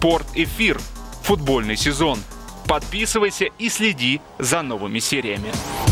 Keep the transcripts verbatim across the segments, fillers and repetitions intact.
Спорт-эфир. Футбольный сезон. Подписывайся и следи за новыми сериями.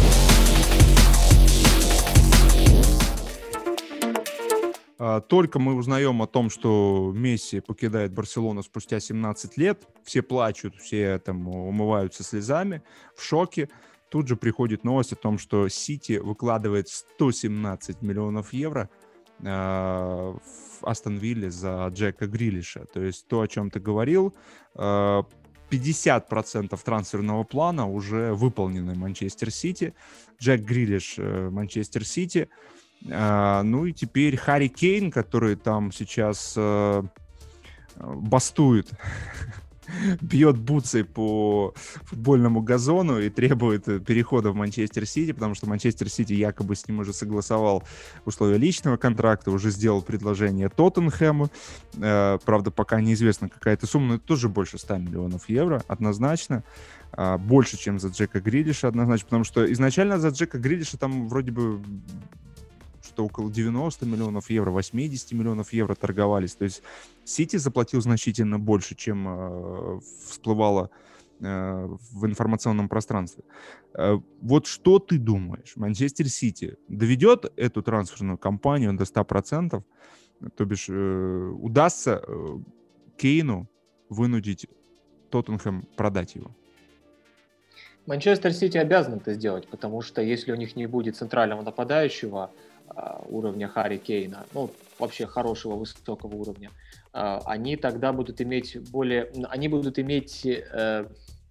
Только мы узнаем о том, что Месси покидает Барселону спустя семнадцать лет, все плачут, все там умываются слезами, в шоке. Тут же приходит новость о том, что Сити выкладывает сто семнадцать миллионов евро э, в Астон Вилле за Джека Грилиша. То есть то, о чем ты говорил, э, пятьдесят процентов трансферного плана уже выполнены Манчестер Сити. Джек Грилиш, э, Манчестер Сити. Uh, ну и теперь Харри Кейн, который там сейчас uh, бастует, бьет бутсой по футбольному газону и требует перехода в Манчестер Сити, потому что Манчестер Сити якобы с ним уже согласовал условия личного контракта, уже сделал предложение Тоттенхэму. Uh, правда, пока неизвестна какая-то сумма, но это тоже больше ста миллионов евро, однозначно. Uh, больше, чем за Джека Грилиша, однозначно, потому что изначально за Джека Грилиша там вроде бы что около девяносто миллионов евро, восемьдесят миллионов евро торговались. То есть Сити заплатил значительно больше, чем э, всплывало э, в информационном пространстве. Э, вот что ты думаешь? Манчестер Сити доведет эту трансферную кампанию до ста процентов? То бишь э, удастся э, Кейну вынудить Тоттенхэм продать его? Манчестер Сити обязан это сделать, потому что если у них не будет центрального нападающего уровня Харри Кейна, ну, вообще хорошего, высокого уровня, они тогда будут иметь более, они будут иметь э,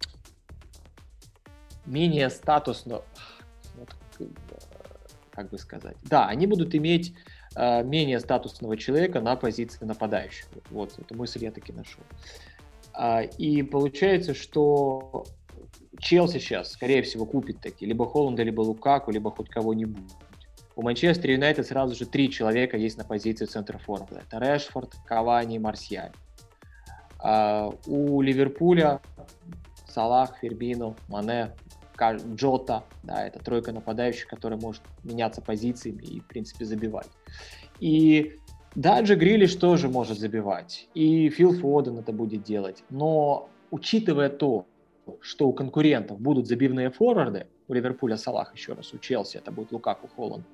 менее статусно, как бы сказать, да, они будут иметь э, менее статусного человека на позиции нападающего. Вот, эту мысль я таки нашел. И получается, что Челси сейчас, скорее всего, купит такие, либо Холланда, либо Лукаку, либо хоть кого-нибудь. У Манчестер Юнайтед сразу же три человека есть на позиции центра форварда. Это Решфорд, Кавани и Марсиаль. А у Ливерпуля Салах, Фермино, Мане, Джота. Да, это тройка нападающих, которая может меняться позициями и, в принципе, забивать. И Даджи Грилиш тоже может забивать. И Фил Фоден это будет делать. Но, учитывая то, что у конкурентов будут забивные форварды, у Ливерпуля Салах, еще раз, у Челси это будет Лукаку, Холланд,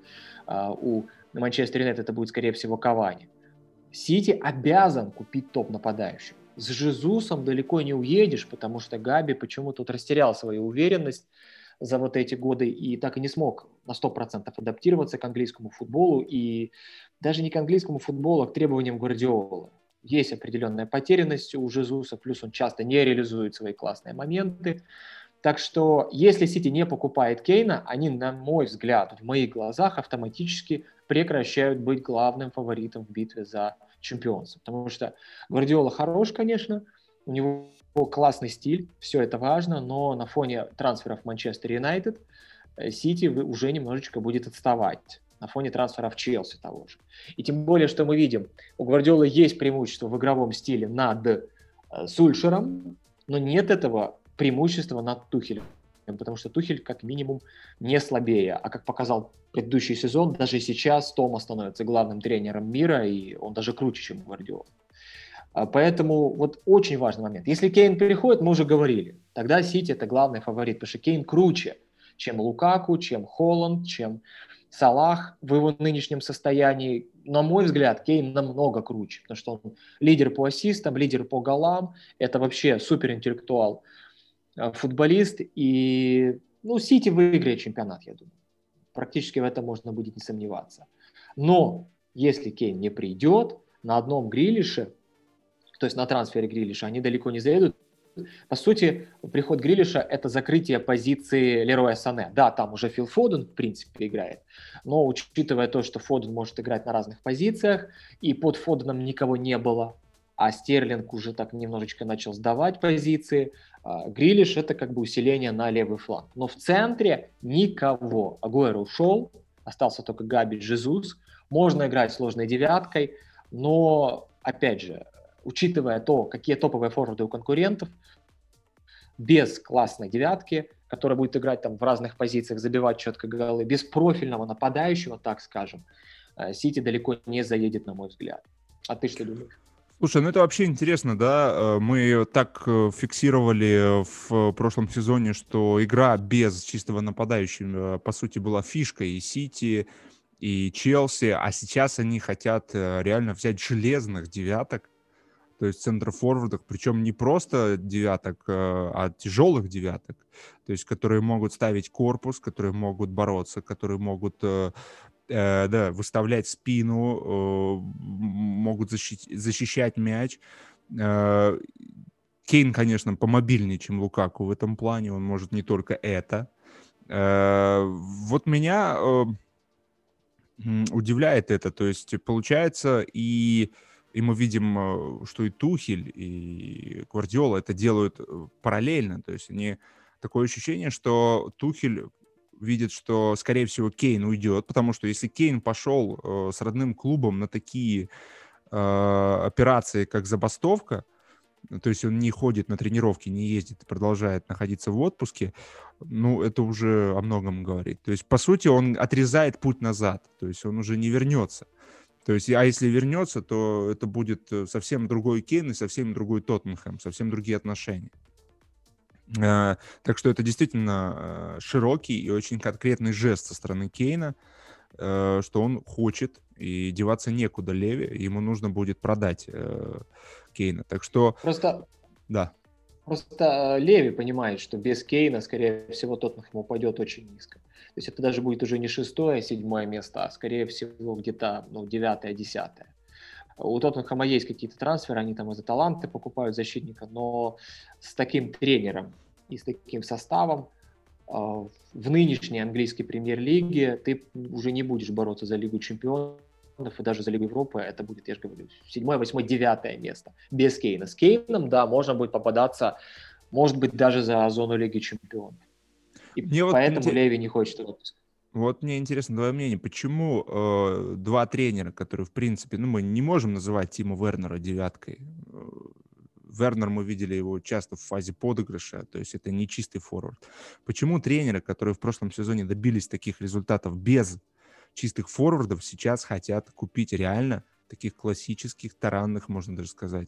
у Манчестер Юнайтед это будет, скорее всего, Кавани. Сити обязан купить топ-нападающих. С Жезусом далеко не уедешь, потому что Габи почему-то тут растерял свою уверенность за вот эти годы и так и не смог на сто процентов адаптироваться к английскому футболу и даже не к английскому футболу, а к требованиям Гвардиолы. Есть определенная потерянность у Жезуса, плюс он часто не реализует свои классные моменты. Так что, если Сити не покупает Кейна, они, на мой взгляд, в моих глазах автоматически прекращают быть главным фаворитом в битве за чемпионство. Потому что Гвардиола хорош, конечно, у него классный стиль, все это важно, но на фоне трансферов Манчестер Юнайтед Сити уже немножечко будет отставать. На фоне трансферов Челси того же. И тем более, что мы видим, у Гвардиолы есть преимущество в игровом стиле над Сульшером, но нет этого преимущества над Тухелем, потому что Тухель как минимум не слабее, а как показал предыдущий сезон, даже сейчас Тома становится главным тренером мира, и он даже круче, чем Гвардиола. Поэтому вот очень важный момент. Если Кейн переходит, мы уже говорили, тогда Сити это главный фаворит, потому что Кейн круче, чем Лукаку, чем Холланд, чем Салах в его нынешнем состоянии. На мой взгляд, Кейн намного круче, потому что он лидер по ассистам, лидер по голам, это вообще суперинтеллектуал, футболист, и ну, Сити выиграет чемпионат, я думаю. Практически в этом можно будет не сомневаться. Но если Кейн не придет, на одном Грилише, то есть на трансфере Грилиша, они далеко не заедут. По сути, приход Грилиша – это закрытие позиции Лероя Сане. Да, там уже Фил Фоден, в принципе, играет, но учитывая то, что Фоден может играть на разных позициях, и под Фоденом никого не было, а Стерлинг уже так немножечко начал сдавать позиции, Грилиш – это как бы усиление на левый фланг. Но в центре никого. Агуэро ушел, остался только Габи, Жезус. Можно играть сложной девяткой, но, опять же, учитывая то, какие топовые форварды у конкурентов, без классной девятки, которая будет играть там в разных позициях, забивать четко голы, без профильного нападающего, так скажем, Сити далеко не заедет, на мой взгляд. А ты что думаешь? Слушай, ну это вообще интересно, да? Э, Мы так э, фиксировали в прошлом сезоне, что игра без чистого нападающего, э, по сути, была фишкой и Сити, и Челси, а сейчас они хотят э, реально взять железных девяток, то есть центр-форвардов, причем не просто девяток, э, а тяжелых девяток, то есть которые могут ставить корпус, которые могут бороться, которые могут э, э, да, выставлять спину, э, могут защи- защищать мяч. Э, Кейн, конечно, помобильнее, чем Лукаку в этом плане, он может не только это. Э, Вот меня э, м, удивляет это, то есть получается, и, и мы видим, э, что и Тухель, и Гвардиола это делают э, параллельно, то есть они такое ощущение, что Тухель видит, что, скорее всего, Кейн уйдет, потому что если Кейн пошел э, с родным клубом на такие э, операции, как забастовка, ну, то есть он не ходит на тренировки, не ездит, продолжает находиться в отпуске, ну, это уже о многом говорит. То есть, по сути, он отрезает путь назад, то есть он уже не вернется. То есть, а если вернется, то это будет э, совсем другой Кейн и совсем другой Тоттенхэм, совсем другие отношения. Э, Так что это действительно э, широкий и очень конкретный жест со стороны Кейна, э, что он хочет, и деваться некуда Леви, ему нужно будет продать э, Кейна. Так что, Просто да. Просто э, Леви понимает, что без Кейна, скорее всего, Тоттенхэм упадет очень низко. То есть это даже будет уже не шестое, а седьмое место, а скорее всего где-то ну, девятое, десятое. У Тоттенхэма есть какие-то трансферы, они там из-за таланта покупают защитника, но с таким тренером и с таким составом э, в нынешней английской премьер-лиге ты уже не будешь бороться за Лигу чемпионов и даже за Лигу Европы, это будет, я же говорю, седьмое, восьмое, девятое место. Без Кейна. С Кейном, да, можно будет попадаться, может быть, даже за зону Лиги чемпионов. И Мне вот, поэтому инте- Леви не хочет отпуска. вот мне интересно твое мнение, почему э, два тренера, которые, в принципе, ну, мы не можем называть Тима Вернера девяткой. Э, Вернер, мы видели его часто в фазе подыгрыша, то есть это не чистый форвард. Почему тренеры, которые в прошлом сезоне добились таких результатов без чистых форвардов, сейчас хотят купить реально таких классических, таранных, можно даже сказать,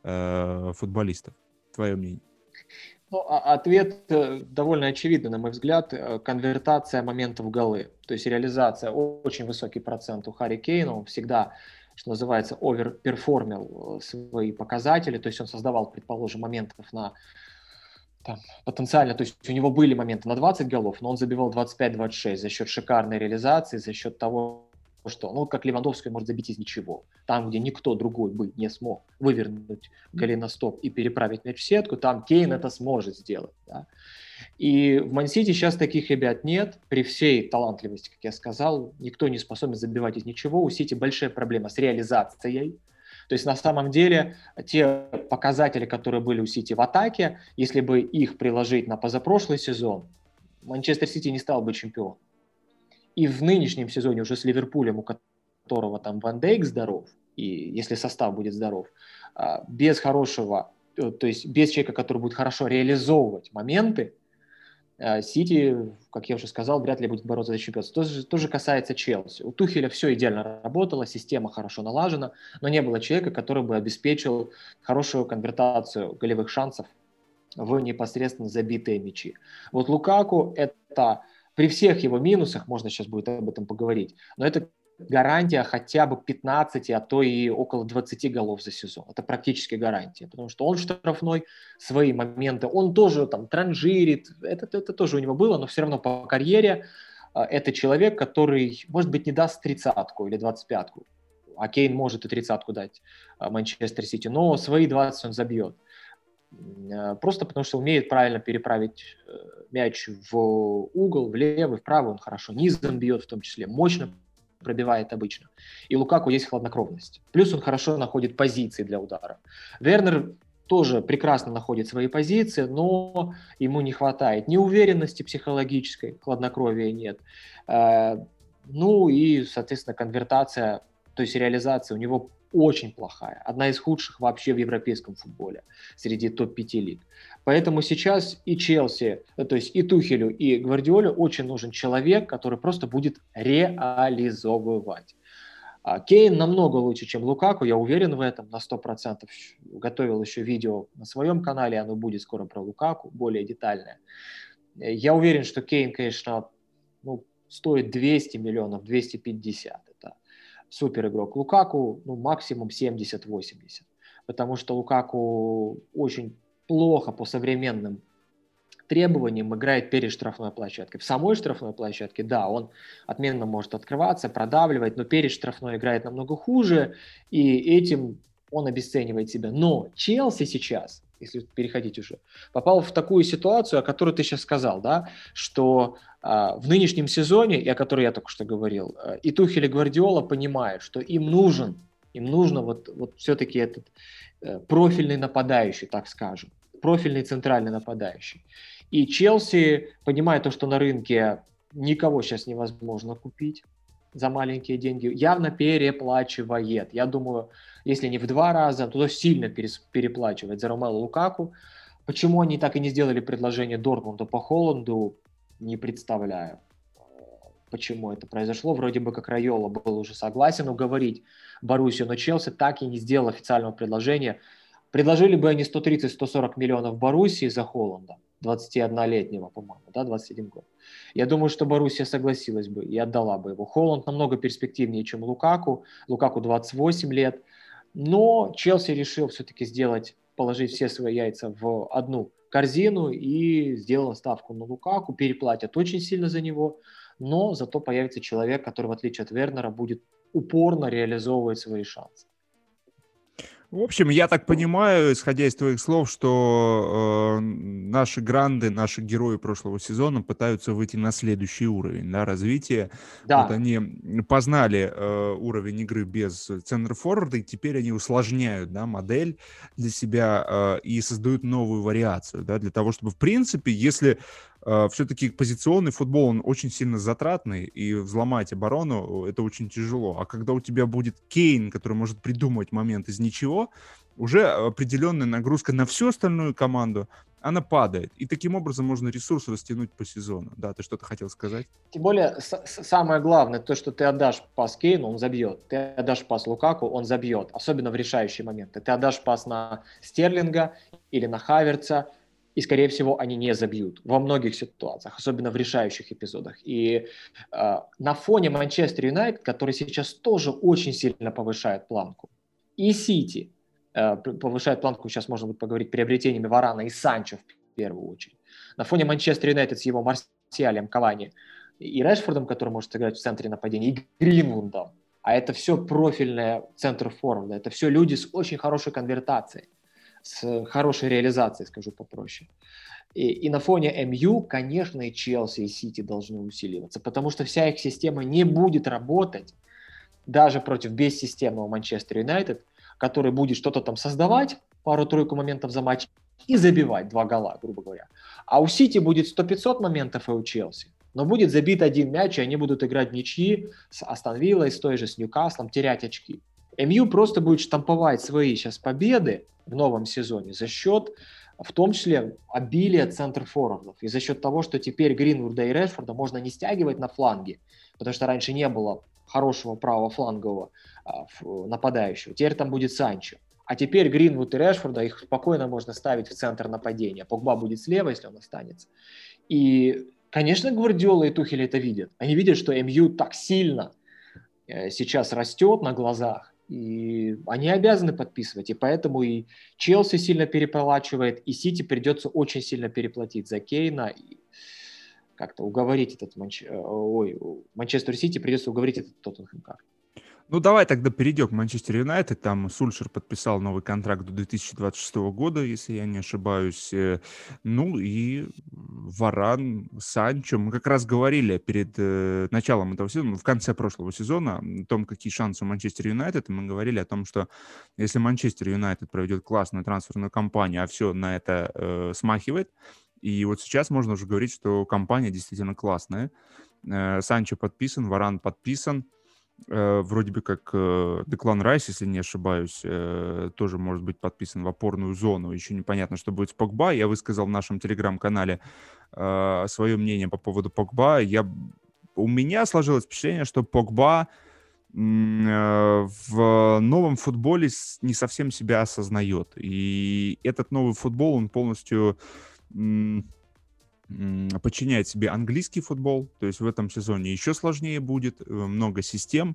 э, футболистов? Твое мнение. Ну, а ответ э, довольно очевидный, на мой взгляд, э, конвертация моментов в голы. То есть реализация, очень высокий процент у Харри Кейна, он всегда, что называется, оверперформил э, свои показатели, то есть он создавал, предположим, моментов на там, потенциально, то есть у него были моменты на двадцать голов, но он забивал двадцать пять двадцать шесть за счет шикарной реализации, за счет того, что, ну, как Левандовский может забить из ничего. Там, где никто другой бы не смог вывернуть голеностоп и переправить мяч в сетку, там Кейн это сможет сделать. Да? И в Ман-Сити сейчас таких ребят нет. При всей талантливости, как я сказал, никто не способен забивать из ничего. У Сити большая проблема с реализацией. То есть на самом деле те показатели, которые были у Сити в атаке, если бы их приложить на позапрошлый сезон, Манчестер Сити не стал бы чемпионом. И в нынешнем сезоне уже с Ливерпулем, у которого там Ван Дейк здоров, и если состав будет здоров, без хорошего, то есть без человека, который будет хорошо реализовывать моменты, Сити, как я уже сказал, вряд ли будет бороться за чемпионство. То же, то же касается Челси. У Тухеля все идеально работало, система хорошо налажена, но не было человека, который бы обеспечил хорошую конвертацию голевых шансов в непосредственно забитые мячи. Вот Лукаку это при всех его минусах, можно сейчас будет об этом поговорить, но это гарантия хотя бы пятнадцати, а то и около двадцати голов за сезон. Это практически гарантия, потому что он штрафной, свои моменты, он тоже там транжирит, это, это тоже у него было, но все равно по карьере это человек, который, может быть, не даст тридцатку или двадцать пятку, а Кейн может и тридцатку дать Манчестер Сити, но свои двадцать он забьет. Просто потому что умеет правильно переправить мяч в угол, влево, вправо, он хорошо низом бьет в том числе, мощно пробивает обычно. И Лукаку есть хладнокровность. Плюс он хорошо находит позиции для удара. Вернер тоже прекрасно находит свои позиции, но ему не хватает ни уверенности психологической, хладнокровия нет. Ну и, соответственно, конвертация, то есть реализация у него очень плохая. Одна из худших вообще в европейском футболе среди топ пяти лиг. Поэтому сейчас и Челси, то есть и Тухелю, и Гвардиоле очень нужен человек, который просто будет реализовывать. А Кейн намного лучше, чем Лукаку, я уверен в этом на сто процентов. Готовил еще видео на своем канале, оно будет скоро про Лукаку, более детальное. Я уверен, что Кейн, конечно, ну, стоит двести миллионов, двести пятьдесят. Это супер игрок. Лукаку, ну, максимум семьдесят-восемьдесят. Потому что Лукаку очень плохо по современным требованиям играет перед штрафной площадкой. В самой штрафной площадке, да, он отменно может открываться, продавливать, но перед штрафной играет намного хуже, и этим он обесценивает себя. Но Челси сейчас, если переходить уже, попал в такую ситуацию, о которой ты сейчас сказал, да, что а, в нынешнем сезоне, и о которой я только что говорил, и Тухель, и Гвардиола понимают, что им нужен, им нужно вот, вот все-таки этот э, профильный нападающий, так скажем, профильный центральный нападающий. И Челси, понимая то, что на рынке никого сейчас невозможно купить за маленькие деньги, явно переплачивает. Я думаю, если не в два раза, то сильно переплачивает за Ромелу Лукаку. Почему они так и не сделали предложение Дортмунду по Холланду, не представляю. Почему это произошло. Вроде бы как Райола был уже согласен уговорить Боруссию, но Челси так и не сделал официального предложения. Предложили бы они сто тридцать - сто сорок миллионов Боруссии за Холланда, двадцатиоднолетнего, по-моему, да, двадцать один год. Я думаю, что Боруссия согласилась бы и отдала бы его. Холланд намного перспективнее, чем Лукаку. Лукаку двадцать восемь лет. Но Челси решил все-таки сделать, положить все свои яйца в одну корзину и сделал ставку на Лукаку. Переплатят очень сильно за него, но зато появится человек, который, в отличие от Вернера, будет упорно реализовывать свои шансы. В общем, я так понимаю, исходя из твоих слов, что э, наши гранды, наши герои прошлого сезона пытаются выйти на следующий уровень, да, развития. Да. Вот они познали э, уровень игры без центр-форварда, и теперь они усложняют, да, модель для себя э, и создают новую вариацию, да, для того, чтобы, в принципе, если э, все-таки позиционный футбол, он очень сильно затратный, и взломать оборону это очень тяжело. А когда у тебя будет Кейн, который может придумать момент из ничего, уже определенная нагрузка на всю остальную команду, она падает. И таким образом можно ресурс растянуть по сезону. Да, ты что-то хотел сказать? Тем более, с- самое главное, то, что ты отдашь пас Кейну, он забьет. Ты отдашь пас Лукаку, он забьет. Особенно в решающие моменты. Ты отдашь пас на Стерлинга или на Хаверца, и, скорее всего, они не забьют во многих ситуациях, особенно в решающих эпизодах. И э, на фоне Манчестер Юнайтед, который сейчас тоже очень сильно повышает планку, и Сити э, повышает планку, сейчас можно будет поговорить, приобретениями Варана и Санчо в первую очередь. На фоне Манчестер Юнайтед с его Марсиалем, Кавани и Решфордом, который может играть в центре нападения, и Гринвудом. А это все профильные центр форварда, это все люди с очень хорошей конвертацией, с хорошей реализацией, скажу попроще. И, и на фоне эм ю, конечно, и Челси, и Сити должны усиливаться, потому что вся их система не будет работать даже против бессистемного Манчестер Юнайтед, который будет что-то там создавать, пару-тройку моментов за матч, и забивать два гола, грубо говоря. А у Сити будет сто-пятьсот моментов, и у Челси. Но будет забит один мяч, и они будут играть в ничьи с Астон Виллой, с той же, с Ньюкаслом, терять очки. эм ю просто будет штамповать свои сейчас победы в новом сезоне за счет, в том числе, обилия центр-форвардов. И за счет того, что теперь Гринвуда и Решфорда можно не стягивать на фланге, потому что раньше не было хорошего правого флангового а, нападающего. Теперь там будет Санчо. А теперь Гринвуд и Решфорда, их спокойно можно ставить в центр нападения. Погба будет слева, если он останется. И, конечно, Гвардиола и Тухель это видят. Они видят, что эм ю так сильно э, сейчас растет на глазах, и они обязаны подписывать. И поэтому и Челси сильно переплачивает, и Сити придется очень сильно переплатить за Кейна. И как-то уговорить этот Манч... Ой, Манчестер Сити придется уговорить этот Тоттенхэм как-то. Ну, давай тогда перейдем к Манчестер Юнайтед. Там Сульшер подписал новый контракт до две тысячи двадцать шестого года, если я не ошибаюсь. Ну и Варан, Санчо. Мы как раз говорили перед э, началом этого сезона, в конце прошлого сезона, о том, какие шансы у Манчестер Юнайтед. И мы говорили о том, что если Манчестер Юнайтед проведет классную трансферную кампанию, а все на это э, смахивает, и вот сейчас можно уже говорить, что компания действительно классная. Э, Санчо подписан, Варан подписан. Э, вроде бы как э, Деклан Райс, если не ошибаюсь, э, тоже может быть подписан в опорную зону. Еще непонятно, что будет с Погба. Я высказал в нашем телеграм-канале э, свое мнение по поводу Погба. Я... У меня сложилось впечатление, что Погба в новом футболе не совсем себя осознает. И этот новый футбол, он полностью подчиняет себе английский футбол, то есть в этом сезоне еще сложнее будет, много систем,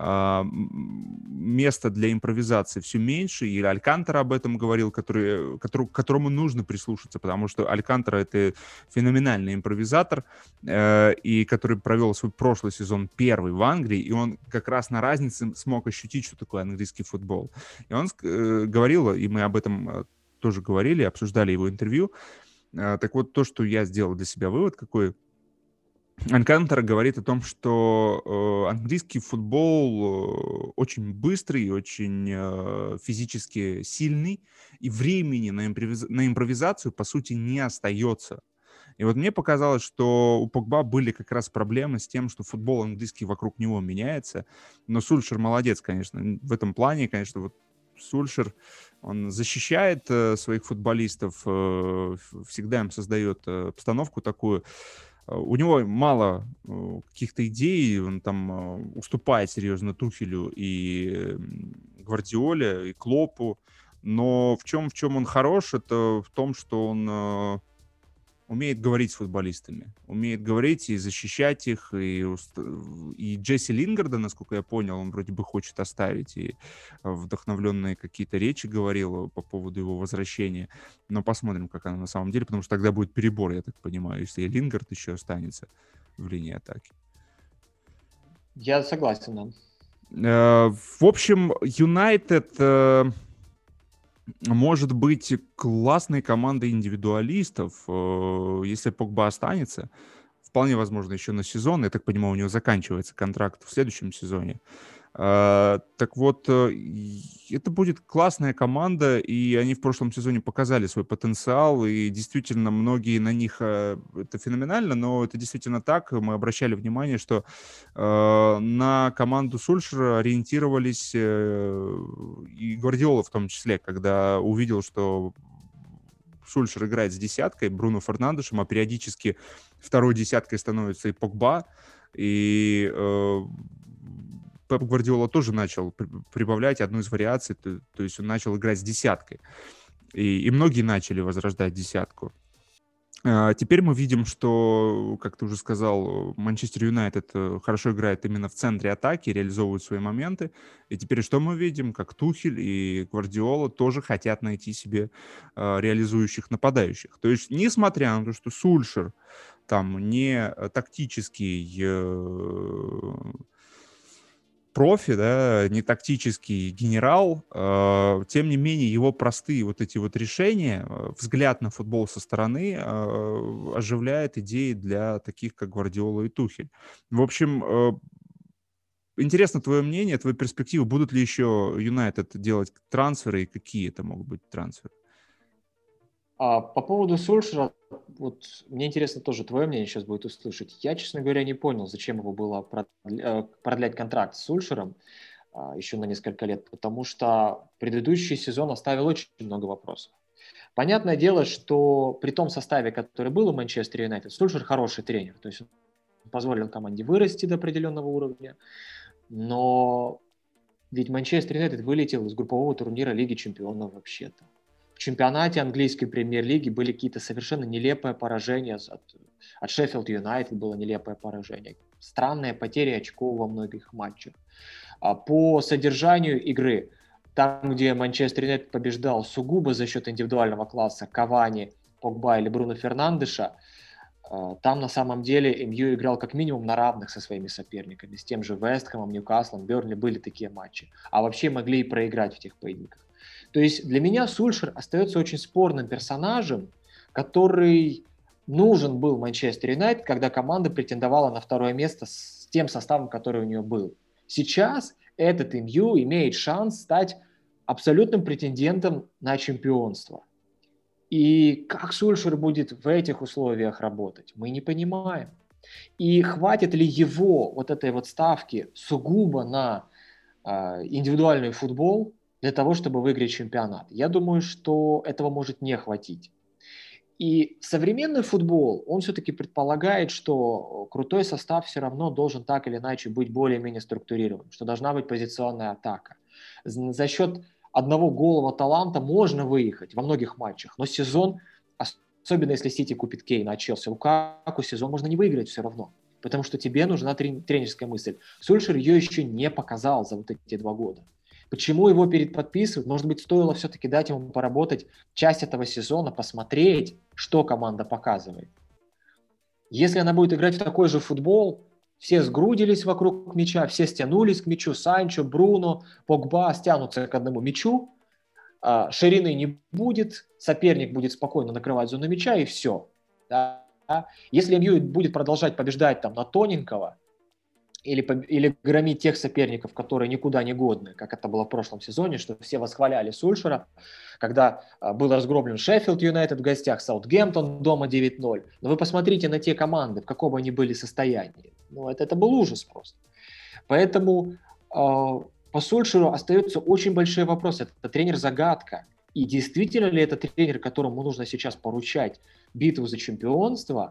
места для импровизации все меньше, и Алькантара об этом говорил, который, который, к которому нужно прислушаться, потому что Алькантара — это феноменальный импровизатор, и который провел свой прошлый сезон первый в Англии, и он как раз на разнице смог ощутить, что такое английский футбол. И он говорил, и мы об этом тоже говорили, обсуждали его интервью. Так вот, то, что я сделал для себя вывод какой. Алькантара говорит о том, что э, английский футбол э, очень быстрый, очень э, физически сильный, и времени на, импровиз... на импровизацию, по сути, не остается. И вот мне показалось, что у Погба были как раз проблемы с тем, что футбол английский вокруг него меняется. Но Сульшер молодец, конечно, в этом плане, конечно, вот Сульшер, он защищает э, своих футболистов, э, всегда им создает э, обстановку такую. У него мало э, каких-то идей, он там э, уступает серьезно Тухелю и э, Гвардиоле, и Клопу. Но в чем, в чем он хорош, это в том, что он э, умеет говорить с футболистами, умеет говорить и защищать их, и, и Джесси Лингарда, насколько я понял, он вроде бы хочет оставить, и вдохновленные какие-то речи говорил по поводу его возвращения, но посмотрим, как оно на самом деле, потому что тогда будет перебор, я так понимаю, если и Лингард еще останется в линии атаки. Я согласен, да. В общем, Юнайтед может быть классной командой индивидуалистов, если Погба останется. Вполне возможно, еще на сезон. Я так понимаю, у него заканчивается контракт в следующем сезоне. Так вот, это будет классная команда, и они в прошлом сезоне показали свой потенциал, и действительно многие на них, это феноменально, но это действительно так. Мы обращали внимание, что на команду Сульшера ориентировались и Гвардиола в том числе, когда увидел, что Сульшер играет с десяткой, Бруно Фернандешем, а периодически второй десяткой становится и Погба, и Пеп Гвардиола тоже начал прибавлять одну из вариаций, то, то есть он начал играть с десяткой. И, и многие начали возрождать десятку. А теперь мы видим, что, как ты уже сказал, Манчестер Юнайтед хорошо играет именно в центре атаки, реализовывает свои моменты. И теперь что мы видим? Как Тухель и Гвардиола тоже хотят найти себе а, реализующих нападающих. То есть, несмотря на то, что Сульшер там не тактический профи, да, не тактический генерал, э, тем не менее его простые вот эти вот решения, э, взгляд на футбол со стороны э, оживляет идеи для таких, как Гвардиола и Тухель. В общем, э, интересно твое мнение, твои перспективы. Будут ли еще Юнайтед делать трансферы и какие это могут быть трансферы? А по поводу Сульшера, вот мне интересно тоже твое мнение сейчас будет услышать. Я, честно говоря, не понял, зачем его было продлять контракт с Сульшером еще на несколько лет, потому что предыдущий сезон оставил очень много вопросов. Понятное дело, что при том составе, который был у Манчестер Юнайтед, Сульшер хороший тренер, то есть он позволил команде вырасти до определенного уровня, но ведь Манчестер Юнайтед вылетел из группового турнира Лиги Чемпионов вообще-то. В чемпионате английской премьер-лиги были какие-то совершенно нелепые поражения. От, от Шеффилд Юнайтед было нелепое поражение. Странные потери очков во многих матчах. А по содержанию игры, там, где Манчестер Юнайтед побеждал сугубо за счет индивидуального класса Кавани, Погба или Бруно Фернандеша, там на самом деле эм ю играл как минимум на равных со своими соперниками. С тем же Вест Хэмом, Ньюкаслом, Бернли были такие матчи. А вообще могли и проиграть в тех поединках. То есть для меня Сульшер остается очень спорным персонажем, который нужен был Манчестер Юнайтед, когда команда претендовала на второе место с тем составом, который у нее был. Сейчас этот эм ю имеет шанс стать абсолютным претендентом на чемпионство. И как Сульшер будет в этих условиях работать, мы не понимаем. И хватит ли его вот этой вот ставки сугубо на э, индивидуальный футбол для того, чтобы выиграть чемпионат? Я думаю, что этого может не хватить. И современный футбол, он все-таки предполагает, что крутой состав все равно должен так или иначе быть более-менее структурирован, что должна быть позиционная атака. За счет одного голого таланта можно выехать во многих матчах, но сезон, особенно если Сити купит Кейна, а Челси Лукаку, сезон можно не выиграть все равно, потому что тебе нужна тренерская мысль. Сульшер ее еще не показал за вот эти два года. Почему его переподписывают? Может быть, стоило все-таки дать ему поработать часть этого сезона, посмотреть, что команда показывает. Если она будет играть в такой же футбол, все сгрудились вокруг мяча, все стянулись к мячу, Санчо, Бруно, Погба стянутся к одному мячу, ширины не будет, соперник будет спокойно накрывать зону мяча, и все. Да? Если эм ю будет продолжать побеждать там на тоненького, Или, или громить тех соперников, которые никуда не годны, как это было в прошлом сезоне, что все восхваляли Сульшера, когда а, был разгромлен Шеффилд Юнайтед в гостях, Саутгемптон дома девять ноль. Но вы посмотрите на те команды, в каком они были состоянии. Ну, это, это был ужас просто. Поэтому э, по Сульшеру остаются очень большие вопросы. Это тренер-загадка. И действительно ли это тренер, которому нужно сейчас поручать битву за чемпионство?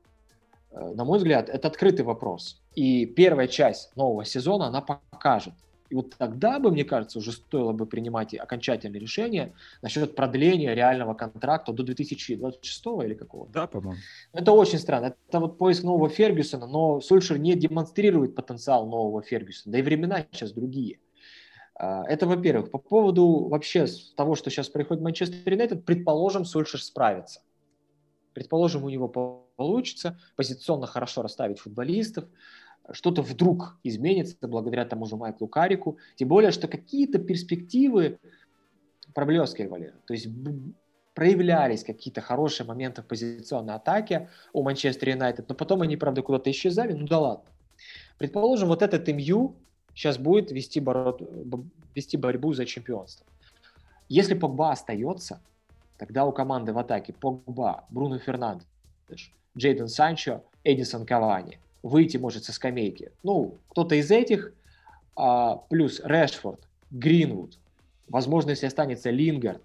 На мой взгляд, это открытый вопрос. И первая часть нового сезона, она покажет. И вот тогда бы, мне кажется, уже стоило бы принимать окончательное решение насчет продления реального контракта до две тысячи двадцать шестого или какого. Да, по-моему. Это очень странно. Это вот поиск нового Фергюсона, но Сульшер не демонстрирует потенциал нового Фергюсона. Да и времена сейчас другие. Это, во-первых. По поводу вообще того, что сейчас происходит в Манчестер Юнайтед, предположим, Сульшер справится. Предположим, у него получится позиционно хорошо расставить футболистов, что-то вдруг изменится благодаря тому же Майклу Каррику, тем более, что какие-то перспективы проблескивали, то есть проявлялись какие-то хорошие моменты в позиционной атаке у Манчестер Юнайтед, но потом они, правда, куда-то исчезали, ну да ладно. Предположим, вот этот эм ю сейчас будет вести, боро... вести борьбу за чемпионство. Если Погба остается, тогда у команды в атаке Погба, Бруно Фернандеш, Джейден Санчо, Эдинсон Кавани. Выйти может со скамейки. Ну, кто-то из этих, а, плюс Решфорд, Гринвуд, возможно, если останется Лингард.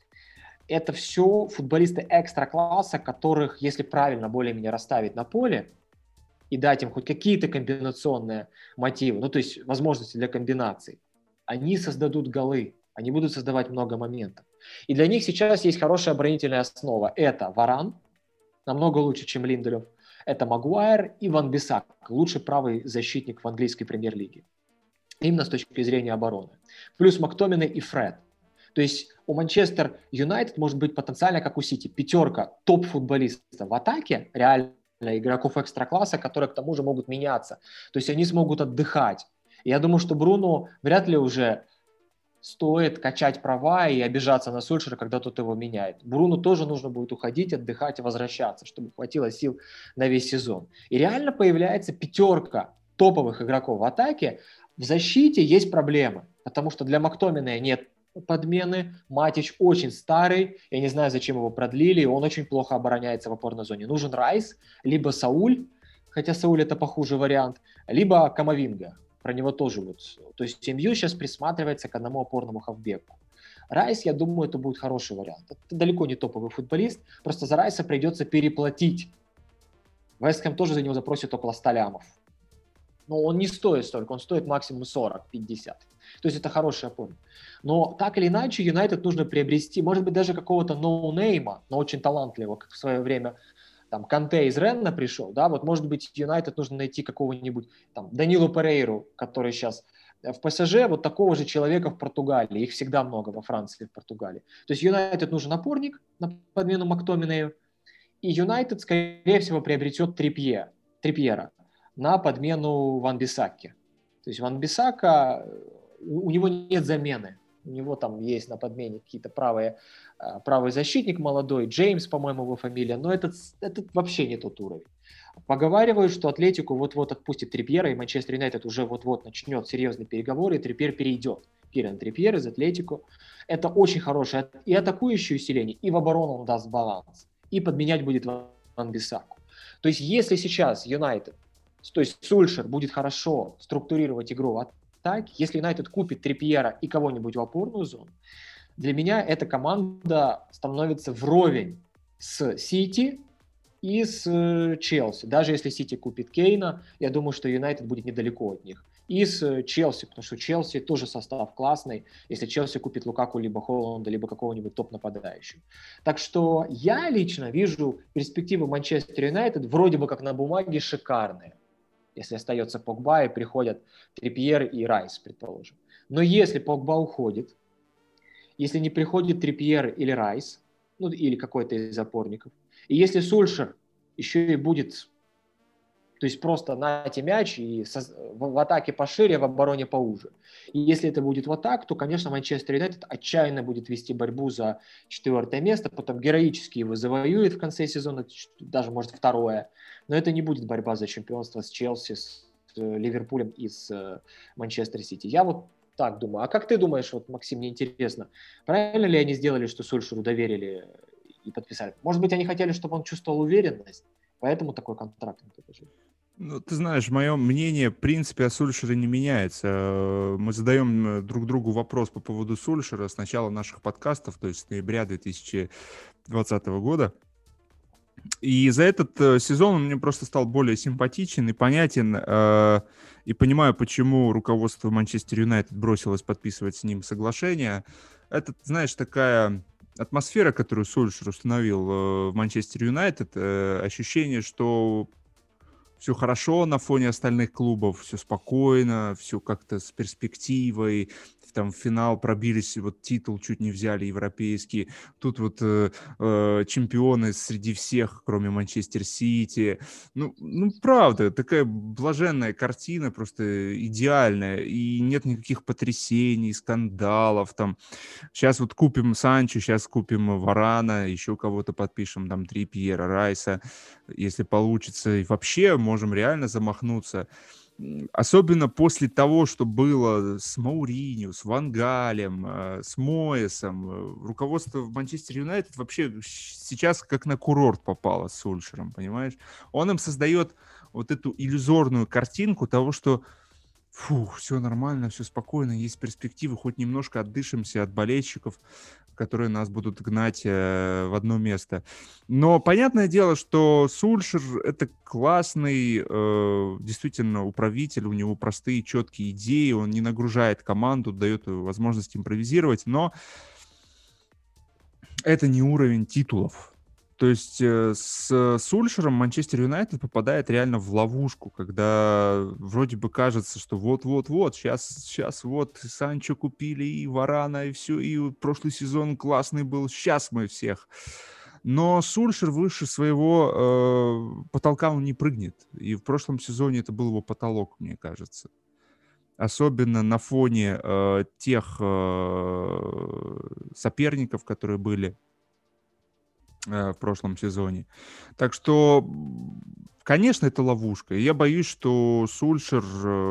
Это все футболисты экстра-класса, которых, если правильно более-менее расставить на поле и дать им хоть какие-то комбинационные мотивы, ну, то есть возможности для комбинаций, они создадут голы, они будут создавать много моментов. И для них сейчас есть хорошая оборонительная основа. Это Варан, намного лучше, чем Линделев. Это Магуайр и Ван Бисак, лучший правый защитник в английской премьер-лиге. Именно с точки зрения обороны. Плюс Мактомине и Фред. То есть у Манчестер Юнайтед может быть потенциально, как у Сити, пятерка топ-футболистов в атаке, реально игроков экстра-класса, которые к тому же могут меняться. То есть они смогут отдыхать. И я думаю, что Бруно вряд ли уже стоит качать права и обижаться на Сульшера, когда тот его меняет. Бруно тоже нужно будет уходить, отдыхать и возвращаться, чтобы хватило сил на весь сезон. И реально появляется пятерка топовых игроков в атаке. В защите есть проблемы, потому что для Мактомине нет подмены. Матич очень старый, я не знаю, зачем его продлили, он очень плохо обороняется в опорной зоне. Нужен Райс, либо Сауль, хотя Сауль это похуже вариант, либо Камавинга. Про него тоже вот. То есть эм ю сейчас присматривается к одному опорному хавбеку. Райс, я думаю, это будет хороший вариант. Это далеко не топовый футболист, просто за Райса придется переплатить. Вест Хэм тоже за него запросит около ста лямов. Но он не стоит столько, он стоит максимум сорок-пятьдесят. То есть это хороший опорник. Но так или иначе Юнайтед нужно приобрести, может быть, даже какого-то ноунейма, но очень талантливого, как в свое время там Канте из Ренна пришел, да, вот может быть Юнайтед нужно найти какого-нибудь там Данилу Перейру, который сейчас в ПСЖ, вот такого же человека в Португалии, их всегда много во Франции и в Португалии. То есть Юнайтед нужен опорник на подмену Мактоминею, и Юнайтед, скорее всего, приобретет Трипье, Трипьера на подмену Ван Бисаки. То есть Ван Бисака, у него нет замены. У него там есть на подмене какие-то правые, правый защитник молодой, Джеймс, по-моему, его фамилия, но этот, этот вообще не тот уровень. Поговаривают, что Атлетику вот-вот отпустит Трипьера, и Манчестер Юнайтед уже вот-вот начнет серьезные переговоры, и Трипьер перейдет. Киран Трипьер из Атлетику. Это очень хорошее и атакующее усиление, и в оборону он даст баланс. И подменять будет Ван Бисаку. То есть если сейчас Юнайтед, то есть Сульшер будет хорошо структурировать игру в атаке, если Юнайтед купит Трипьера и кого-нибудь в опорную зону, для меня эта команда становится вровень с Сити и с э, Челси. Даже если Сити купит Кейна, я думаю, что Юнайтед будет недалеко от них. И с э, Челси, потому что Челси тоже состав классный, если Челси купит Лукаку, либо Холланда, либо какого-нибудь топ-нападающего. Так что я лично вижу перспективы Манчестер Юнайтед вроде бы как на бумаге шикарные. Если остается Погба и приходят Трипьер и Райс, предположим. Но если Погба уходит, если не приходит Трипьер или Райс, ну или какой-то из опорников, и если Сульшер еще и будет, то есть просто нате мяч и со, в, в атаке пошире, в обороне поуже. И если это будет вот так, то, конечно, Манчестер Юнайтед отчаянно будет вести борьбу за четвертое место, потом героически его завоюет в конце сезона, даже, может, второе. Но это не будет борьба за чемпионство с Челси, с Ливерпулем и с Манчестер Сити. Я вот так думаю. А как ты думаешь, вот, Максим, мне интересно, правильно ли они сделали, что Сульшеру доверили и подписали? Может быть, они хотели, чтобы он чувствовал уверенность, поэтому такой контракт им предложили? Ну, ты знаешь, мое мнение, в принципе, о Сульшере не меняется. Мы задаем друг другу вопрос по поводу Сульшера с начала наших подкастов, то есть с ноября две тысячи двадцатого года. И за этот э, сезон он мне просто стал более симпатичен и понятен. Э, и понимаю, почему руководство Манчестер Юнайтед бросилось подписывать с ним соглашение. Это, знаешь, такая атмосфера, которую Сульшер установил э, в Манчестер Юнайтед. Э, ощущение, что все хорошо на фоне остальных клубов, все спокойно, все как-то с перспективой. Там в финал пробились, вот титул чуть не взяли европейский. Тут вот э, э, чемпионы среди всех, кроме Манчестер Сити. Ну, ну, правда, такая блаженная картина, просто идеальная. И нет никаких потрясений, скандалов. Там. Сейчас вот купим Санчо, сейчас купим Варана, еще кого-то подпишем, там, Трипьера, Райса. Если получится, и вообще можем реально замахнуться. Особенно после того, что было с Мауриньо, с Ван Галем, с Моэсом. Руководство в Манчестер Юнайтед вообще сейчас как на курорт попало с Сульшером, понимаешь? Он им создает вот эту иллюзорную картинку того, что фух, все нормально, все спокойно, есть перспективы, хоть немножко отдышимся от болельщиков, которые нас будут гнать э, в одно место. Но понятное дело, что Сульшер — это классный, э, действительно, управитель, у него простые, четкие идеи, он не нагружает команду, дает возможность импровизировать, но это не уровень титулов. То есть э, с Сульшером Манчестер Юнайтед попадает реально в ловушку, когда вроде бы кажется, что вот-вот-вот, сейчас, сейчас вот Санчо купили, и Варана, и все, и прошлый сезон классный был, сейчас мы всех. Но Сульшер выше своего э, потолка он не прыгнет. И в прошлом сезоне это был его потолок, мне кажется. Особенно на фоне э, тех э, соперников, которые были в прошлом сезоне. Так что, конечно, это ловушка. Я боюсь, что Сульшер,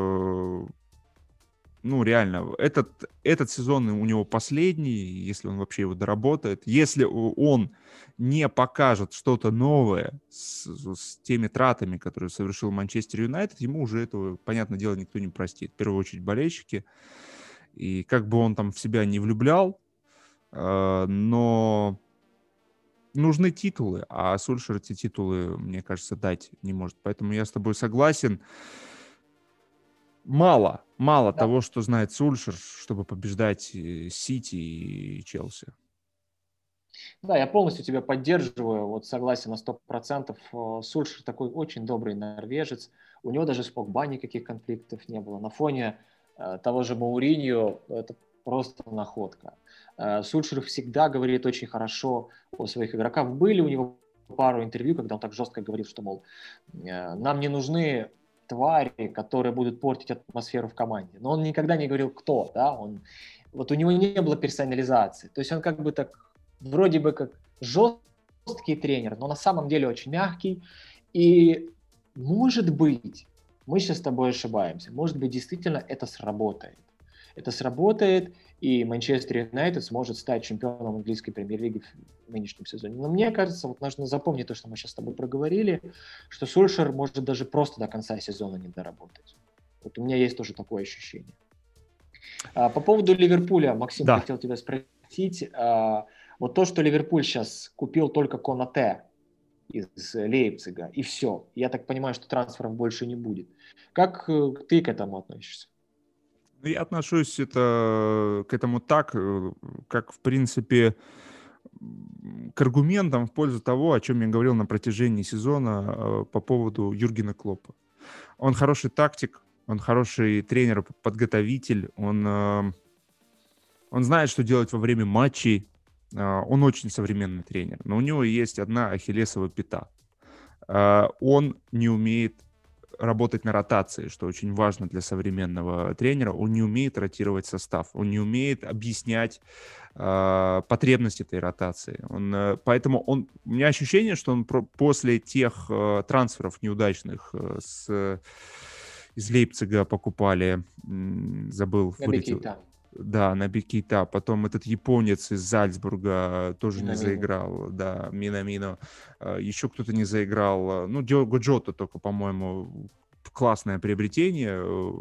ну, реально, этот, этот сезон у него последний, если он вообще его доработает. Если он не покажет что-то новое с, с теми тратами, которые совершил Манчестер Юнайтед, ему уже этого, понятное дело, никто не простит. В первую очередь болельщики. И как бы он там в себя не влюблял, но нужны титулы, а Сульшер эти титулы, мне кажется, дать не может. Поэтому я с тобой согласен. Мало, мало да. того, что знает Сульшер, чтобы побеждать Сити и Челси. Да, я полностью тебя поддерживаю, вот согласен на сто процентов. Сульшер такой очень добрый норвежец. У него даже с Погба никаких конфликтов не было. На фоне э, того же Мауриньо это просто находка. Сульшер всегда говорит очень хорошо о своих игроках. Были у него пару интервью, когда он так жестко говорил, что, мол, нам не нужны твари, которые будут портить атмосферу в команде. Но он никогда не говорил, кто, да, он, вот у него не было персонализации. То есть он как бы так, вроде бы как жесткий тренер, но на самом деле очень мягкий. И может быть, мы сейчас с тобой ошибаемся, может быть, действительно это сработает. Это сработает, и Манчестер Юнайтед сможет стать чемпионом английской премьер-лиги в нынешнем сезоне. Но мне кажется, вот нужно запомнить то, что мы сейчас с тобой проговорили, что Сульшер может даже просто до конца сезона не доработать. Вот у меня есть тоже такое ощущение. А, по поводу Ливерпуля, Максим, да. хотел тебя спросить. А, Вот то, что Ливерпуль сейчас купил только Конате из Лейпцига, и все. Я так понимаю, что трансферов больше не будет. Как э, ты к этому относишься? Ну, я отношусь это, к этому так, э, как, в принципе, м, к аргументам в пользу того, о чем я говорил на протяжении сезона э, по поводу Юргена Клоппа. Он хороший тактик, он хороший тренер, подготовитель, он, э, он знает, что делать во время матчей. Э, Он очень современный тренер, но у него есть одна ахиллесова пята. Э, Он не умеет работать на ротации, что очень важно для современного тренера. Он не умеет ротировать состав, он не умеет объяснять э, потребности этой ротации. Он, э, поэтому он, у меня ощущение, что он про, после тех э, трансферов неудачных э, с, из Лейпцига покупали, м, забыл, На вылетел. Бекейта. Да, на Бекейта. Потом этот японец из Зальцбурга тоже не Минамино. заиграл. Да, Минамино. А, Еще кто-то не заиграл. Ну, Диого Джота только, по-моему, классное приобретение.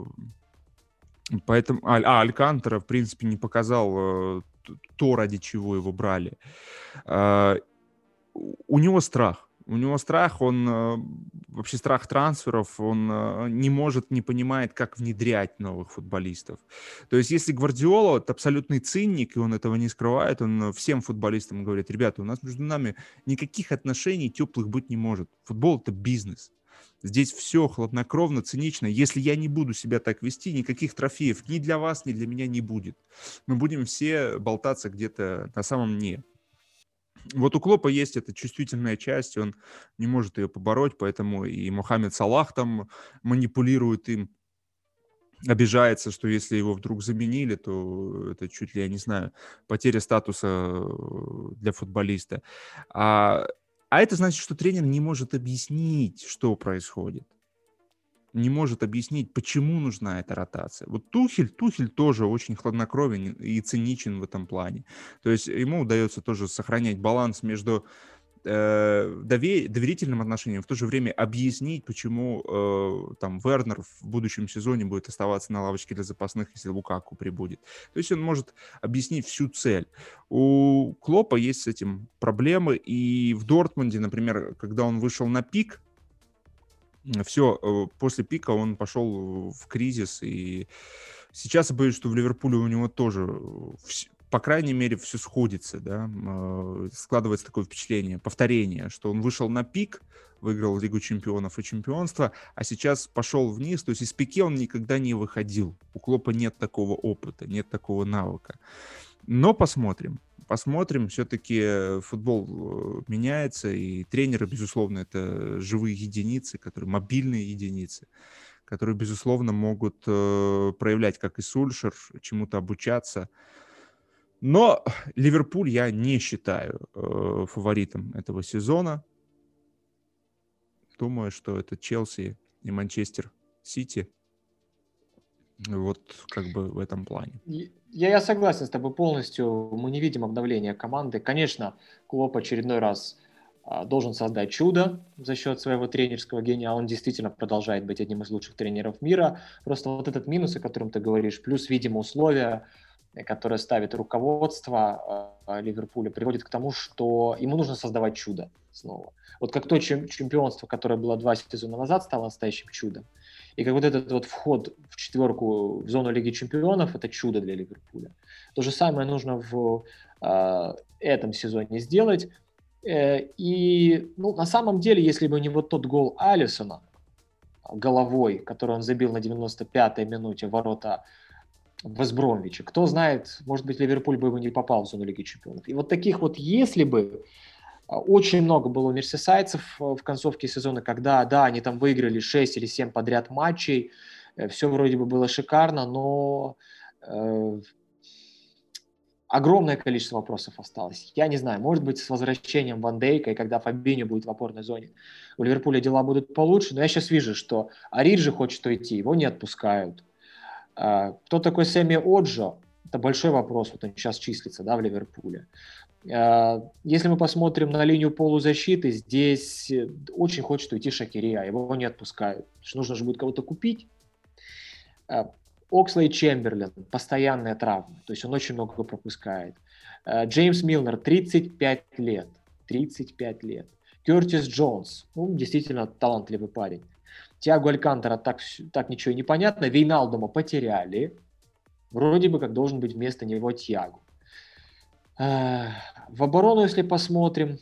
э, Поэтому... А, а, Алькантара, в принципе, не показал э, т- то, ради чего его брали. А, У у него страх. У него страх, он э, вообще страх трансферов, он э, не может, не понимает, как внедрять новых футболистов. То есть если Гвардиола это абсолютный циник, и он этого не скрывает, он э, всем футболистам говорит: ребята, у нас между нами никаких отношений теплых быть не может. Футбол — это бизнес. Здесь все хладнокровно, цинично. Если я не буду себя так вести, никаких трофеев ни для вас, ни для меня не будет. Мы будем все болтаться где-то на самом дне. Вот у Клопа есть эта чувствительная часть, он не может ее побороть, поэтому и Мохаммед Салах там манипулирует им, обижается, что если его вдруг заменили, то это чуть ли, я не знаю, потеря статуса э, для футболиста. А, а это значит, что тренер не может объяснить, что происходит. Не может объяснить, почему нужна эта ротация. Вот Тухель, Тухель тоже очень хладнокровен и циничен в этом плане. То есть ему удается тоже сохранять баланс между э, дове- доверительным отношением, в то же время объяснить, почему э, там Вернер в будущем сезоне будет оставаться на лавочке для запасных, если Лукаку прибудет. То есть он может объяснить всю цель. У Клопа есть с этим проблемы, и в Дортмунде, например, когда он вышел на пик, все, после пика он пошел в кризис, и сейчас я боюсь, что в Ливерпуле у него тоже, э, вс- по крайней мере, все сходится, да, э, складывается такое впечатление, повторение, что он вышел на пик, выиграл Лигу чемпионов и чемпионство, а сейчас пошел вниз, то есть из пике он никогда не выходил. У Клопа нет такого опыта, нет такого навыка. Но посмотрим. Посмотрим. Все-таки футбол э, меняется, и тренеры, безусловно, это живые единицы, которые мобильные единицы, которые, безусловно, могут э, проявлять, как и Сульшер, чему-то обучаться. Но Ливерпуль я не считаю э, фаворитом этого сезона. Думаю, что это Челси и Манчестер Сити. Вот как бы в этом плане. И- Я, я согласен с тобой полностью. Мы не видим обновления команды. Конечно, Клоп очередной раз а, должен создать чудо за счет своего тренерского гения. Он действительно продолжает быть одним из лучших тренеров мира. Просто вот этот минус, о котором ты говоришь, плюс, видимо, условия, э, которые ставит руководство а, Ливерпуля, приводит к тому, что ему нужно создавать чудо снова. Вот как то чем- чемпионство, которое было два сезона назад, стало настоящим чудом. И как вот этот вот вход в четверку в зону Лиги Чемпионов – это чудо для Ливерпуля. То же самое нужно в э, этом сезоне сделать. Э, и ну, на самом деле, если бы не вот тот гол Алисона головой, который он забил на девяносто пятой минуте в ворота Вестбромвича, кто знает, может быть, Ливерпуль бы не попал в зону Лиги Чемпионов. И вот таких вот «если бы» очень много было у мерсисайдцев в концовке сезона, когда, да, они там выиграли шесть или семь подряд матчей, все вроде бы было шикарно, но э, огромное количество вопросов осталось. Я не знаю, может быть, с возвращением Ван Дейка, и когда Фабиньо будет в опорной зоне, у Ливерпуля дела будут получше, но я сейчас вижу, что Ориджи хочет уйти, его не отпускают. Э, кто такой Сэмми Оджо? Это большой вопрос, вот он сейчас числится, да, в Ливерпуле. Если мы посмотрим на линию полузащиты, здесь очень хочет уйти Шакири, а его не отпускают. Нужно же будет кого-то купить. Окслейд Чемберлен, постоянная травма, то есть он очень много пропускает. Джеймс Милнер, тридцать пять лет. тридцать пять лет. Кертис Джонс, ну, действительно талантливый парень. Тиаго Алькантара так, так ничего и не понятно. Вейналдума потеряли. Вроде бы как должен быть вместо него Тиаго. В оборону, если посмотрим,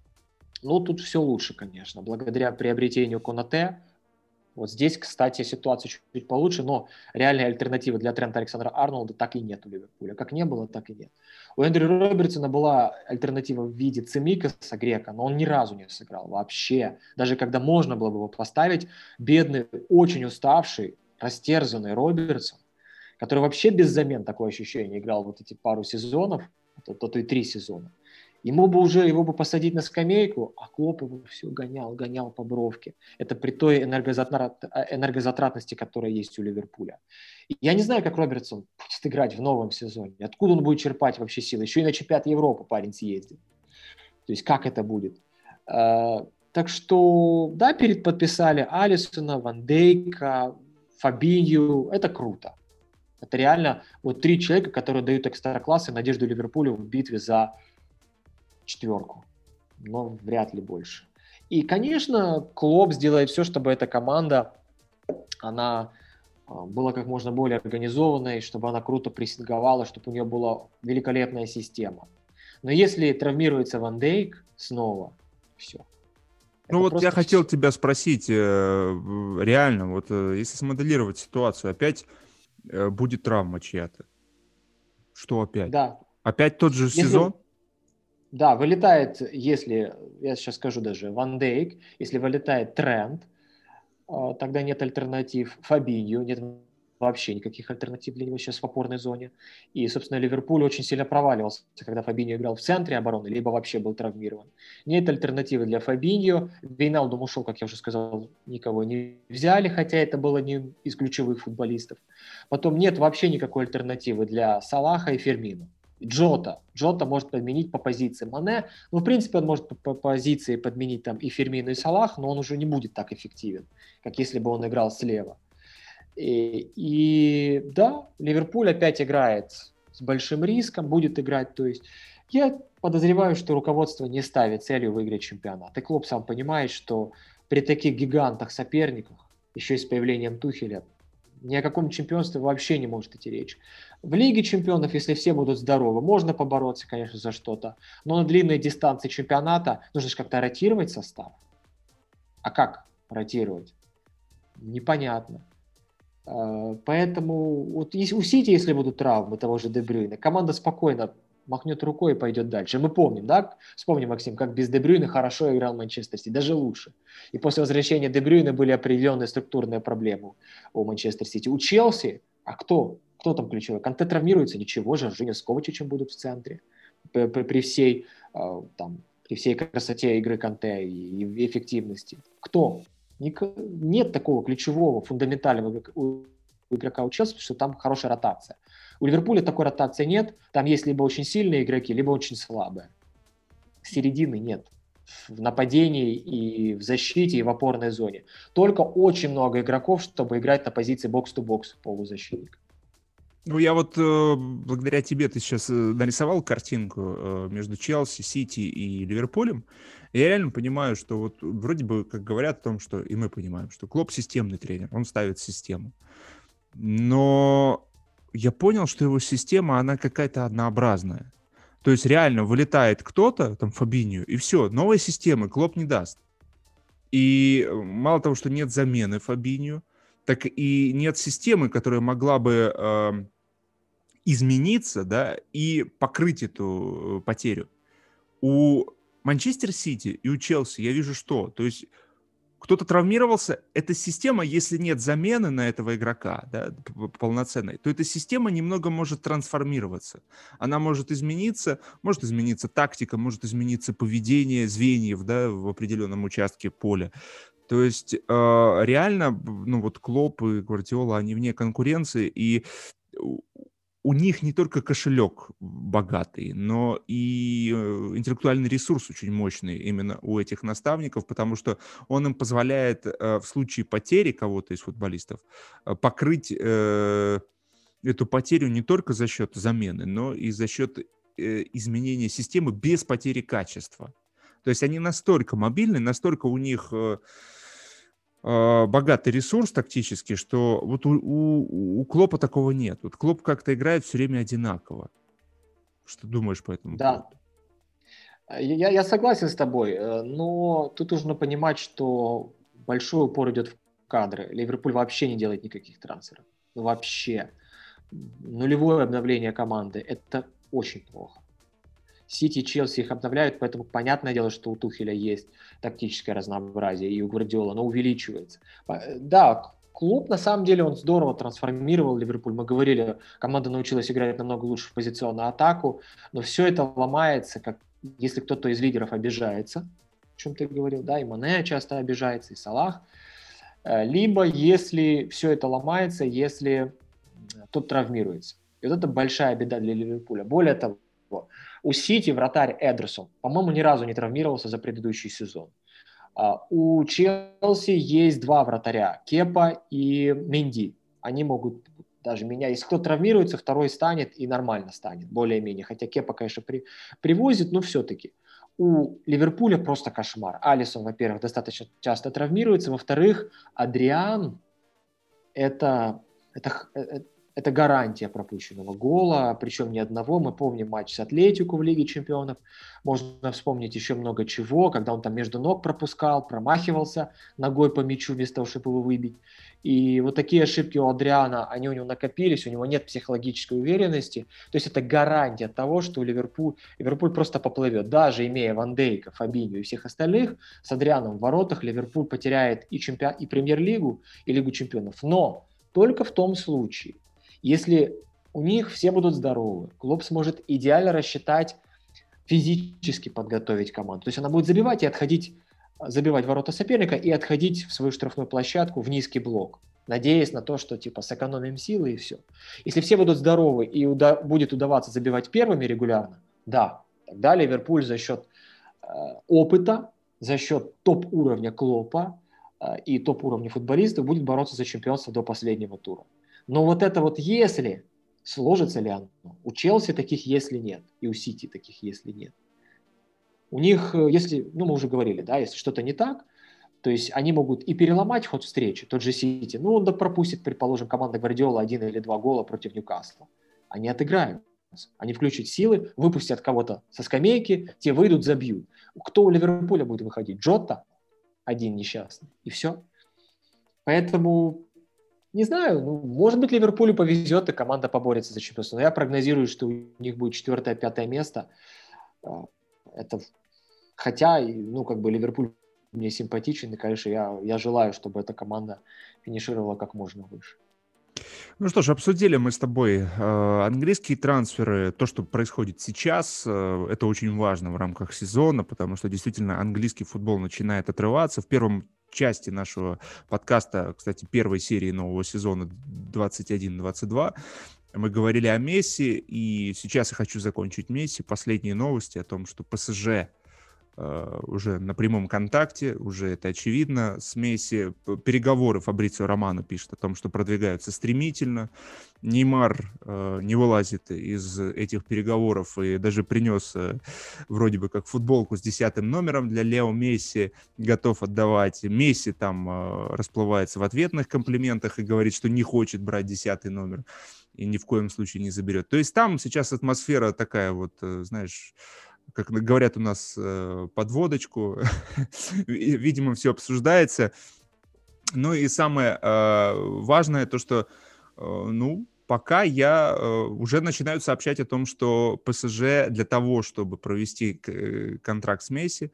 ну, тут все лучше, конечно, благодаря приобретению Конате. Вот здесь, кстати, ситуация чуть-чуть получше, но реальной альтернативы для Трента Александра-Арнолда так и нет у Ливерпуля. Как не было, так и нет. У Эндрю Робертсона была альтернатива в виде Цимикаса, грека, но он ни разу не сыграл вообще. Даже когда можно было бы его поставить, бедный, очень уставший, растерзанный Робертсон, который вообще без замен, такое ощущение, играл вот эти пару сезонов, а то, то и три сезона. Ему бы уже, его бы посадить на скамейку, а Клоп его все гонял, гонял по бровке. Это при той энергозатрат, энергозатратности, которая есть у Ливерпуля. И я не знаю, как Робертсон будет играть в новом сезоне. Откуда он будет черпать вообще силы? Еще и на чемпионат Европы парень съездит. То есть как это будет? Так что, да, перед подписали Алисона, Ван Дейка, Фабинью. Это круто. Это реально вот три человека, которые дают экстра-класс и надежду Ливерпулю в битве за четверку, но вряд ли больше. И, конечно, Клоп сделает все, чтобы эта команда, она была как можно более организованной, чтобы она круто прессинговала, чтобы у нее была великолепная система. Но если травмируется Ван Дейк снова, все. Ну вот я хотел все. тебя спросить, реально, вот если смоделировать ситуацию, опять будет травма чья-то? Что опять? Да. Опять тот же если... сезон? Да, вылетает, если, я сейчас скажу даже, Ван Дейк, если вылетает Трент, тогда нет альтернатив. Фабинью, нет вообще никаких альтернатив для него сейчас в опорной зоне. И, собственно, Ливерпуль очень сильно проваливался, когда Фабинью играл в центре обороны, либо вообще был травмирован. Нет альтернативы для Фабинью. Вейналдум ушел, как я уже сказал, никого не взяли, хотя это было не из ключевых футболистов. Потом нет вообще никакой альтернативы для Салаха и Фермино. Джота. Джота может подменить по позиции Мане. Ну, в принципе, он может по, по позиции подменить там и Фермину, и Салах, но он уже не будет так эффективен, как если бы он играл слева. И, и да, Ливерпуль опять играет с большим риском, будет играть. То есть я подозреваю, что руководство не ставит целью выиграть чемпионат. И Клоп сам понимает, что при таких гигантах-соперниках, еще и с появлением Тухеля, ни о каком чемпионстве вообще не может идти речь. В Лиге чемпионов, если все будут здоровы, можно побороться, конечно, за что-то. Но на длинной дистанции чемпионата нужно же как-то ротировать состав. А как ротировать? Непонятно. Поэтому вот у Сити, если будут травмы того же Де Брюйне, команда спокойно махнет рукой и пойдет дальше. Мы помним, да? Вспомни, Максим, как без Де Брюйне хорошо играл Манчестер Сити, даже лучше. И после возвращения Де Брюйне были определенные структурные проблемы у Манчестер Сити. У Челси, а кто? Кто там ключевой? Канте травмируется, ничего же, Женя с Ковачичем будут в центре. При, при, при, всей, там, при всей красоте игры Канте и, и эффективности. Кто? Нет такого ключевого, фундаментального игрока у Челси, потому что там хорошая ротация. У Ливерпуля такой ротации нет. Там есть либо очень сильные игроки, либо очень слабые. Середины нет. В нападении и в защите, и в опорной зоне. Только очень много игроков, чтобы играть на позиции бокс-то-бокс полузащитника. Ну, я вот э, благодаря тебе ты сейчас э, нарисовал картинку э, между Челси, Сити и Ливерпулем. И я реально понимаю, что вот вроде бы, как говорят о том, что и мы понимаем, что Клоп системный тренер, он ставит систему. Но я понял, что его система, она какая-то однообразная. То есть реально вылетает кто-то, там Фабинью, и все, новой системы Клоп не даст. И мало того, что нет замены Фабинью, так и нет системы, которая могла бы э, измениться, да, и покрыть эту потерю. У Манчестер Сити и у Челси я вижу что? То есть кто-то травмировался, эта система, если нет замены на этого игрока, да, полноценной, то эта система немного может трансформироваться. Она может измениться, может измениться тактика, может измениться поведение звеньев, да, в определенном участке поля. То есть э, реально, ну вот Клоп и Гвардиола, они вне конкуренции, и у них не только кошелек богатый, но и интеллектуальный ресурс очень мощный именно у этих наставников, потому что он им позволяет э, в случае потери кого-то из футболистов э, покрыть э, эту потерю не только за счет замены, но и за счет э, изменение системы без потери качества. То есть они настолько мобильны, настолько у них э, э, богатый ресурс тактический, что вот у, у, у Клопа такого нет. Вот Клоп как-то играет все время одинаково. Что думаешь по этому Да, поводу? я, я согласен с тобой, э, но тут нужно понимать, что большой упор идет в кадры. Ливерпуль вообще не делает никаких трансферов. Ну, вообще. Нулевое обновление команды. Это очень плохо. Сити и Челси их обновляют, поэтому понятное дело, что у Тухеля есть тактическое разнообразие, и у Гвардиола оно увеличивается. Да, клуб, на самом деле, он здорово трансформировал Ливерпуль. Мы говорили, команда научилась играть намного лучше в позиционную атаку, но все это ломается, как если кто-то из лидеров обижается, о чем ты говорил, да, и Мане часто обижается, и Салах. Либо если все это ломается, если тот травмируется. И вот это большая беда для Ливерпуля. Более того, у Сити вратарь Эдерсон, по-моему, ни разу не травмировался за предыдущий сезон. У Челси есть два вратаря, Кепа и Менди. Они могут даже менять. Если кто травмируется, второй станет и нормально станет, более-менее. Хотя Кепа, конечно, при, привозит, но все-таки. У Ливерпуля просто кошмар. Алисон, во-первых, достаточно часто травмируется. Во-вторых, Адриан это, это, это гарантия пропущенного гола, причем ни одного. Мы помним матч с Атлетико в Лиге Чемпионов. Можно вспомнить еще много чего, когда он там между ног пропускал, промахивался ногой по мячу вместо того, чтобы его выбить. И вот такие ошибки у Адриана, они у него накопились, у него нет психологической уверенности. То есть это гарантия того, что Ливерпуль, Ливерпуль просто поплывет. Даже имея Ван Дейка, Фабиньо и всех остальных, с Адрианом в воротах Ливерпуль потеряет и, чемпион, и Премьер-лигу, и Лигу Чемпионов. Но только в том случае, если у них все будут здоровы, клуб сможет идеально рассчитать, физически подготовить команду. То есть она будет забивать и отходить, забивать ворота соперника и отходить в свою штрафную площадку в низкий блок, надеясь на то, что типа сэкономим силы и все. Если все будут здоровы и уда- будет удаваться забивать первыми регулярно, да, тогда Ливерпуль за счет э, опыта, за счет топ-уровня Клопа э, и топ-уровня футболистов будет бороться за чемпионство до последнего тура. Но вот это вот если, сложится ли оно? У Челси таких если нет, и у Сити таких если нет. У них, если, ну мы уже говорили, да, если что-то не так, то есть они могут и переломать ход встречи, тот же Сити, ну он да пропустит, предположим, команда Гвардиола один или два гола против Ньюкасла. Они отыграют, они включат силы, выпустят кого-то со скамейки, те выйдут, забьют. Кто у Ливерпуля будет выходить? Джота, один несчастный, и все. Поэтому... Не знаю, ну, может быть, Ливерпулю повезет, и команда поборется за чемпионство. Но я прогнозирую, что у них будет четвертое-пятое место. Это... Хотя, ну, как бы Ливерпуль мне симпатичен, и, конечно, я, я желаю, чтобы эта команда финишировала как можно выше. Ну что ж, обсудили мы с тобой э, английские трансферы, то, что происходит сейчас, э, это очень важно в рамках сезона, потому что действительно английский футбол начинает отрываться. В первом части нашего подкаста, кстати, первой серии нового сезона двадцать один двадцать два, мы говорили о Месси, и сейчас я хочу закончить Месси. Последние новости о том, что ПСЖ Uh, уже на прямом контакте, уже это очевидно, с Месси. Переговоры Фабрицио Романо пишет о том, что продвигаются стремительно. Неймар uh, не вылазит из этих переговоров и даже принес uh, вроде бы как футболку с десятым номером для Лео Месси, готов отдавать. Месси там uh, расплывается в ответных комплиментах и говорит, что не хочет брать десятый номер и ни в коем случае не заберет. То есть там сейчас атмосфера такая вот, uh, знаешь, как говорят у нас, под водочку. Видимо, все обсуждается. Ну и самое важное, то, что, ну, пока я уже начинаю сообщать о том, что ПСЖ для того, чтобы провести контракт с Месси,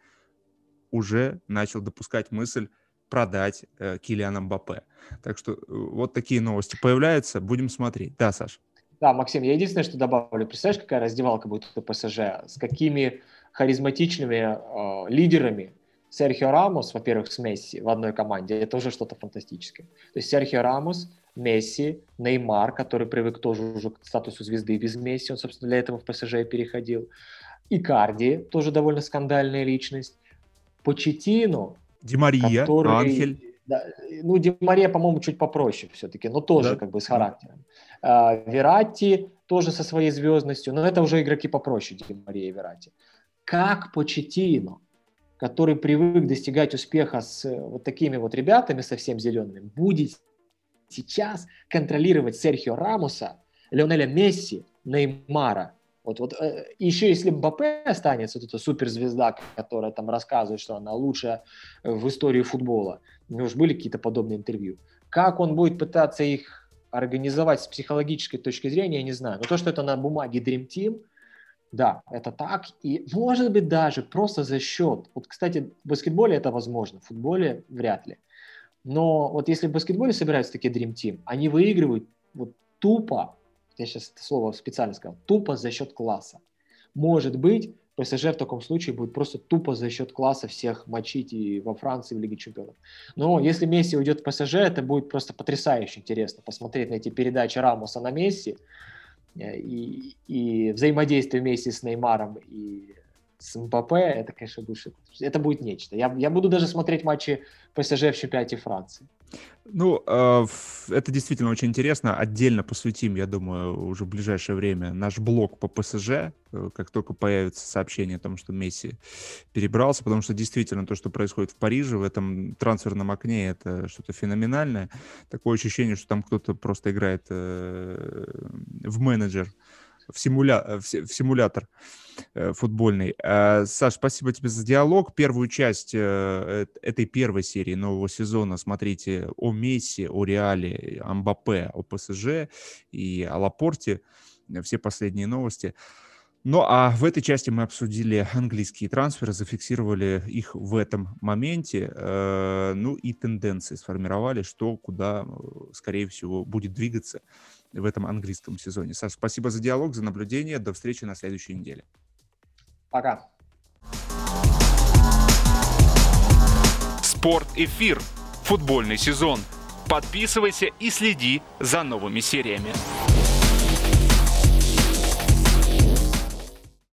уже начал допускать мысль продать Килиана Мбаппе. Так что вот такие новости появляются. Будем смотреть. Да, Саш? Да, Максим, я единственное, что добавлю. Представляешь, какая раздевалка будет у ПСЖ? С какими харизматичными э, лидерами Серхио Рамос, во-первых, с Месси в одной команде. Это уже что-то фантастическое. То есть Серхио Рамос, Месси, Неймар, который привык тоже уже к статусу звезды без Месси. Он, собственно, для этого в ПСЖ и переходил. Икарди, тоже довольно скандальная личность. Почеттино, Ди Мария, который... Анхель. Да, ну, Ди Мария, по-моему, чуть попроще все-таки, но тоже Да? как бы с характером. Uh, Вератти, тоже со своей звездностью, но это уже игроки попроще, Ди Мария и Верratti. Как Почеттино, который привык достигать успеха с вот такими вот ребятами, совсем зелеными, будет сейчас контролировать Серхио Рамоса, Лионеля Месси, Неймара. Вот, вот, э, еще если Мбаппе останется, вот эта суперзвезда, которая там рассказывает, что она лучшая в истории футбола, у него же были какие-то подобные интервью, как он будет пытаться их организовать с психологической точки зрения, я не знаю. Но то, что это на бумаге Dream Team, да, это так. И может быть даже просто за счет... Вот, кстати, в баскетболе это возможно, в футболе вряд ли. Но вот если в баскетболе собираются такие Dream Team, они выигрывают вот тупо, я сейчас это слово специально сказал, тупо за счет класса. Может быть, ПСЖ в таком случае будет просто тупо за счет класса всех мочить и во Франции, и в Лиге Чемпионов. Но если Месси уйдет в ПСЖ, это будет просто потрясающе интересно посмотреть на эти передачи Рамоса на Месси и, и взаимодействие Месси с Неймаром и с Мбаппе. Это, конечно, будет, это будет нечто. Я, я буду даже смотреть матчи ПСЖ в чемпионате Франции. Ну, э, это действительно очень интересно. Отдельно посвятим, я думаю, уже в ближайшее время наш блог по ПСЖ, э, как только появится сообщение о том, что Месси перебрался, потому что действительно то, что происходит в Париже в этом трансферном окне, это что-то феноменальное. Такое ощущение, что там кто-то просто играет э, в менеджер, в, симуля... в симулятор э, футбольный. Э, Саш, спасибо тебе за диалог. Первую часть э, этой первой серии нового сезона смотрите о Месси, о Реале, о Мбаппе, о ПСЖ и о Лапорте. Все последние новости. Ну, а в этой части мы обсудили английские трансферы, зафиксировали их в этом моменте, э, ну и тенденции сформировали, что куда, скорее всего, будет двигаться в этом английском сезоне. Саша, спасибо за диалог, за наблюдение. До встречи на следующей неделе. Пока. Спорт-эфир. Футбольный сезон. Подписывайся и следи за новыми сериями.